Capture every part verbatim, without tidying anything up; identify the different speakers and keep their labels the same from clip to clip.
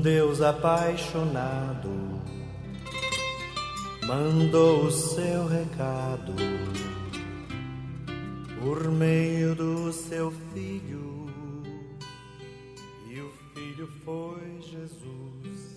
Speaker 1: Deus apaixonado mandou o seu recado por meio do seu filho, e o filho foi Jesus.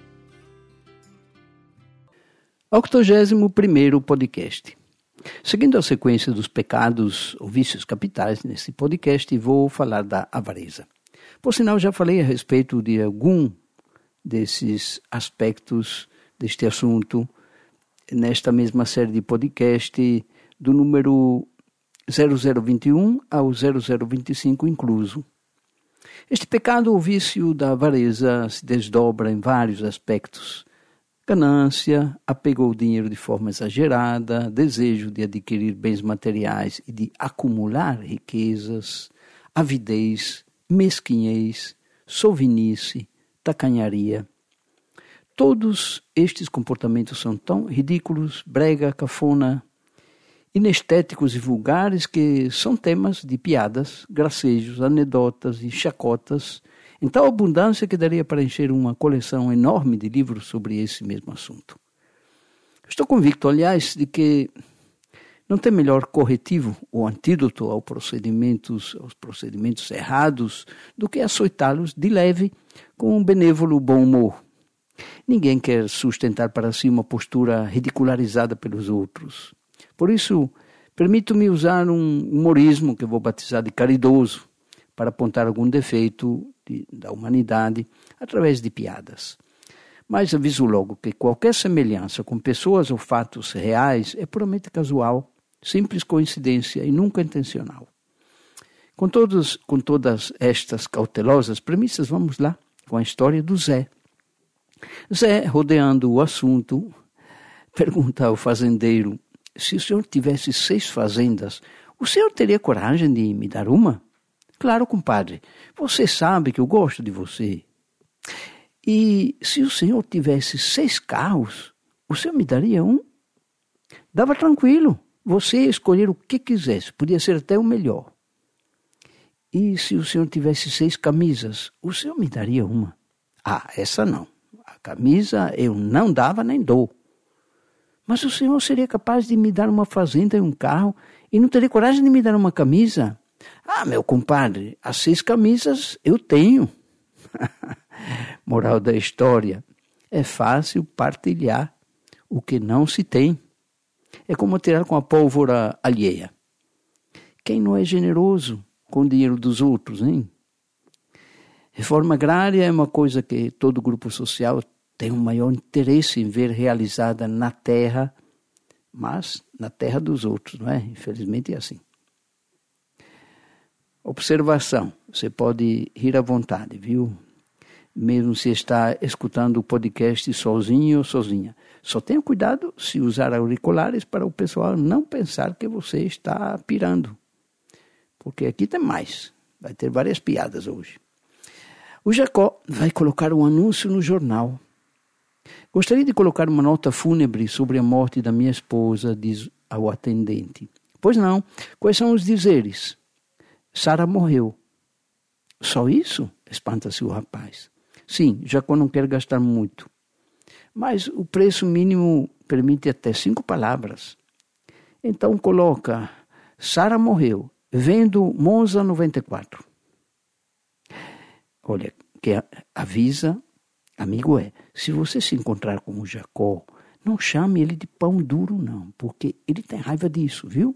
Speaker 2: octogésimo primeiro podcast. Seguindo a sequência dos pecados ou vícios capitais, nesse podcast vou falar da avareza. Por sinal, já falei a respeito de algum desses aspectos deste assunto nesta mesma série de podcast do número zero zero vinte e um ao zero zero vinte e cinco incluso. Este pecado ou vício da avareza se desdobra em vários aspectos: ganância, apego ao dinheiro de forma exagerada, desejo de adquirir bens materiais e de acumular riquezas, avidez, mesquinhez, sovinice, tacanharia. Todos estes comportamentos são tão ridículos, brega, cafona, inestéticos e vulgares que são temas de piadas, gracejos, anedotas e chacotas, em tal abundância que daria para encher uma coleção enorme de livros sobre esse mesmo assunto. Estou convicto, aliás, de que não tem melhor corretivo ou antídoto aos procedimentos, aos procedimentos errados do que açoitá-los de leve com um benévolo bom humor. Ninguém quer sustentar para si uma postura ridicularizada pelos outros. Por isso, permito-me usar um humorismo que vou batizar de caridoso para apontar algum defeito de, da humanidade através de piadas. Mas aviso logo que qualquer semelhança com pessoas ou fatos reais é puramente casual, simples coincidência e nunca intencional. Com, todos, com todas estas cautelosas premissas, vamos lá com a história do Zé. Zé, rodeando o assunto, pergunta ao fazendeiro: se o senhor tivesse seis fazendas, o senhor teria coragem de me dar uma? Claro, compadre, você sabe que eu gosto de você. E se o senhor tivesse seis carros, o senhor me daria um? Dava tranquilo, você ia escolher o que quisesse, podia ser até o melhor. E se o senhor tivesse seis camisas, o senhor me daria uma? Ah, essa não. A camisa eu não dava nem dou. Mas o senhor seria capaz de me dar uma fazenda e um carro e não teria coragem de me dar uma camisa? Ah, meu compadre, as seis camisas eu tenho. Moral da história: é fácil partilhar o que não se tem. É como tirar com a pólvora alheia. Quem não é generoso com o dinheiro dos outros, hein? Reforma agrária é uma coisa que todo grupo social tem um maior interesse em ver realizada na terra, mas na terra dos outros, não é? Infelizmente é assim. Observação: você pode rir à vontade, viu? Mesmo se está escutando o podcast sozinho ou sozinha. Só tenha cuidado se usar auriculares para o pessoal não pensar que você está pirando. Porque aqui tem mais. Vai ter várias piadas hoje. O Jacó vai colocar um anúncio no jornal. Gostaria de colocar uma nota fúnebre sobre a morte da minha esposa, diz ao atendente. Pois não, quais são os dizeres? Sara morreu. Só isso? Espanta-se o rapaz. Sim, Jacó não quer gastar muito. Mas o preço mínimo permite até cinco palavras. Então coloca: Sara morreu, vendo Monza noventa e quatro. Olha, que avisa, amigo é, se você se encontrar com o Jacó, não chame ele de pão duro não, porque ele tem raiva disso, viu?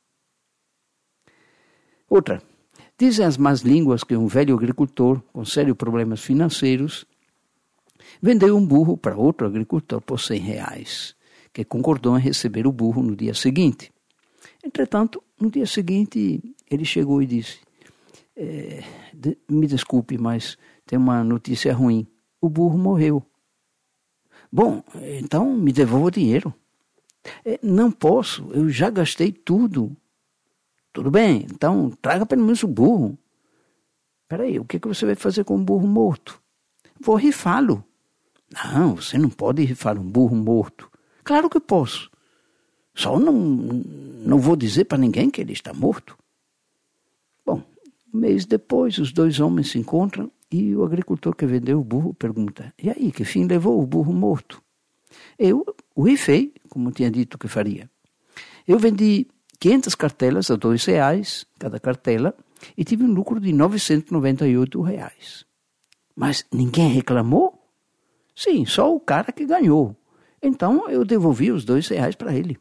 Speaker 2: Outra. Dizem as más línguas que um velho agricultor com sérios problemas financeiros vendeu um burro para outro agricultor por cem reais, que concordou em receber o burro no dia seguinte. Entretanto, no dia seguinte, ele chegou e disse: é, de, me desculpe, mas tem uma notícia ruim. O burro morreu. Bom, então me devolva o dinheiro. É, não posso, eu já gastei tudo. Tudo bem, então traga pelo menos o burro. Espera aí, o que, que você vai fazer com um burro morto? Vou rifá-lo. Não, você não pode rifar um burro morto. Claro que posso. Só não, não vou dizer para ninguém que ele está morto. Bom, um mês depois, os dois homens se encontram E o agricultor que vendeu o burro pergunta: e aí, que fim levou o burro morto? Eu o rifei, como tinha dito que faria. Eu vendi quinhentas cartelas a dois reais cada cartela e tive um lucro de novecentos e noventa e oito reais. Mas ninguém reclamou? Sim, só o cara que ganhou. Então eu devolvi os dois reais para ele.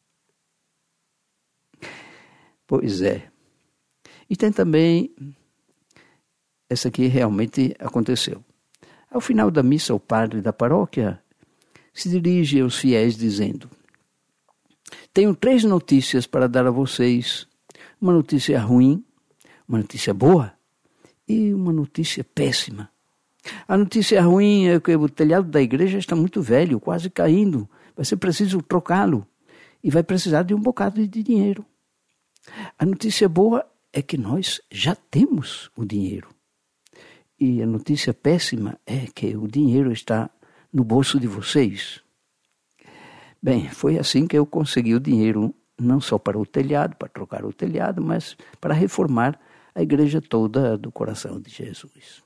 Speaker 2: Pois é. E tem também, essa aqui realmente aconteceu. Ao final da missa, o padre da paróquia se dirige aos fiéis dizendo: tenho três notícias para dar a vocês. Uma notícia ruim, uma notícia boa e uma notícia péssima. A notícia ruim é que o telhado da igreja está muito velho, quase caindo. Vai ser preciso trocá-lo e vai precisar de um bocado de dinheiro. A notícia boa é que nós já temos o dinheiro. E a notícia péssima é que o dinheiro está no bolso de vocês. Bem, foi assim que eu consegui o dinheiro, não só para o telhado, para trocar o telhado, mas para reformar a igreja toda do coração de Jesus.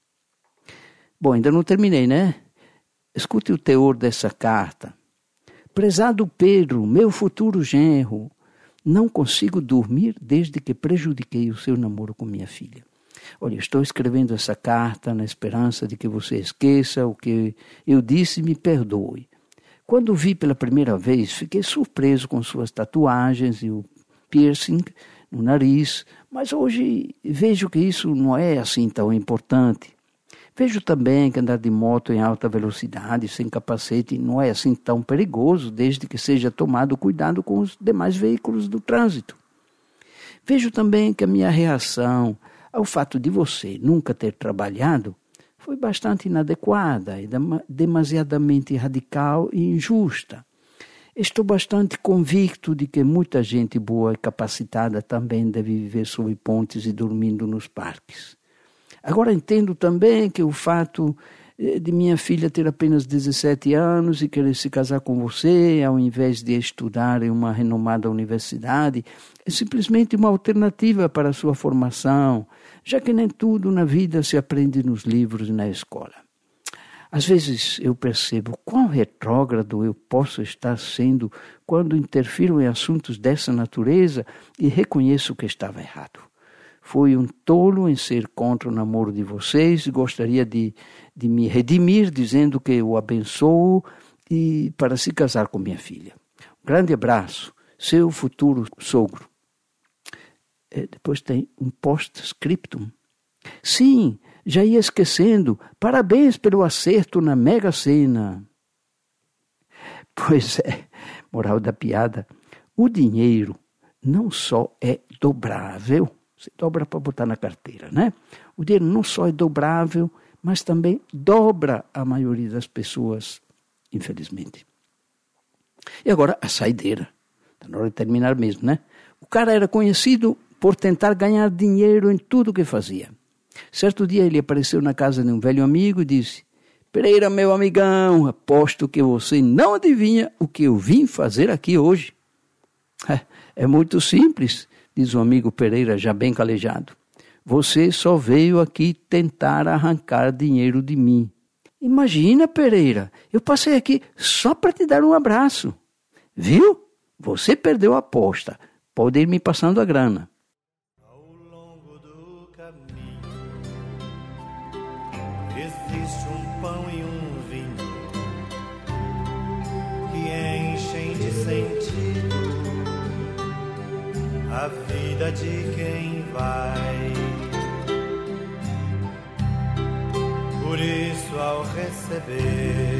Speaker 2: Bom, ainda não terminei, né? Escute o teor dessa carta. Prezado Pedro, meu futuro genro, não consigo dormir desde que prejudiquei o seu namoro com minha filha. Olha, estou escrevendo essa carta na esperança de que você esqueça o que eu disse e me perdoe. Quando o vi pela primeira vez, fiquei surpreso com suas tatuagens e o piercing no nariz, mas hoje vejo que isso não é assim tão importante. Vejo também que andar de moto em alta velocidade, sem capacete, não é assim tão perigoso, desde que seja tomado cuidado com os demais veículos do trânsito. Vejo também que a minha reação ao fato de você nunca ter trabalhado foi bastante inadequada e demasiadamente radical e injusta. Estou bastante convicto de que muita gente boa e capacitada também deve viver sob pontes e dormindo nos parques. Agora entendo também que o fato de minha filha ter apenas dezessete anos e querer se casar com você, ao invés de estudar em uma renomada universidade, é simplesmente uma alternativa para a sua formação, já que nem tudo na vida se aprende nos livros e na escola. Às vezes eu percebo quão retrógrado eu posso estar sendo quando interfiro em assuntos dessa natureza e reconheço que estava errado. Fui um tolo em ser contra o namoro de vocês e gostaria de, de me redimir dizendo que o abençoo e para se casar com minha filha. Um grande abraço, seu futuro sogro. É, depois tem um post-scriptum. Sim, já ia esquecendo. Parabéns pelo acerto na Mega Sena. Pois é, moral da piada. O dinheiro não só é dobrável, você dobra para botar na carteira, né? O dinheiro não só é dobrável, mas também dobra a maioria das pessoas, infelizmente. E agora a saideira. Está na hora de terminar mesmo, né? O cara era conhecido por tentar ganhar dinheiro em tudo que fazia. Certo dia ele apareceu na casa de um velho amigo e disse: Pereira, meu amigão, aposto que você não adivinha o que eu vim fazer aqui hoje. É, é muito simples, diz o amigo Pereira, já bem calejado. Você só veio aqui tentar arrancar dinheiro de mim. Imagina, Pereira, eu passei aqui só para te dar um abraço. Viu? Você perdeu a aposta. Pode ir me passando a grana.
Speaker 1: Ao longo do caminho existe um pão e um vinho que enchem de sentido a vida de quem vai. Por isso, ao receber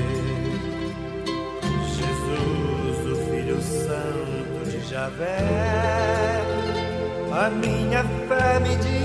Speaker 1: Jesus, o Filho Santo de Javé, a minha fé me diz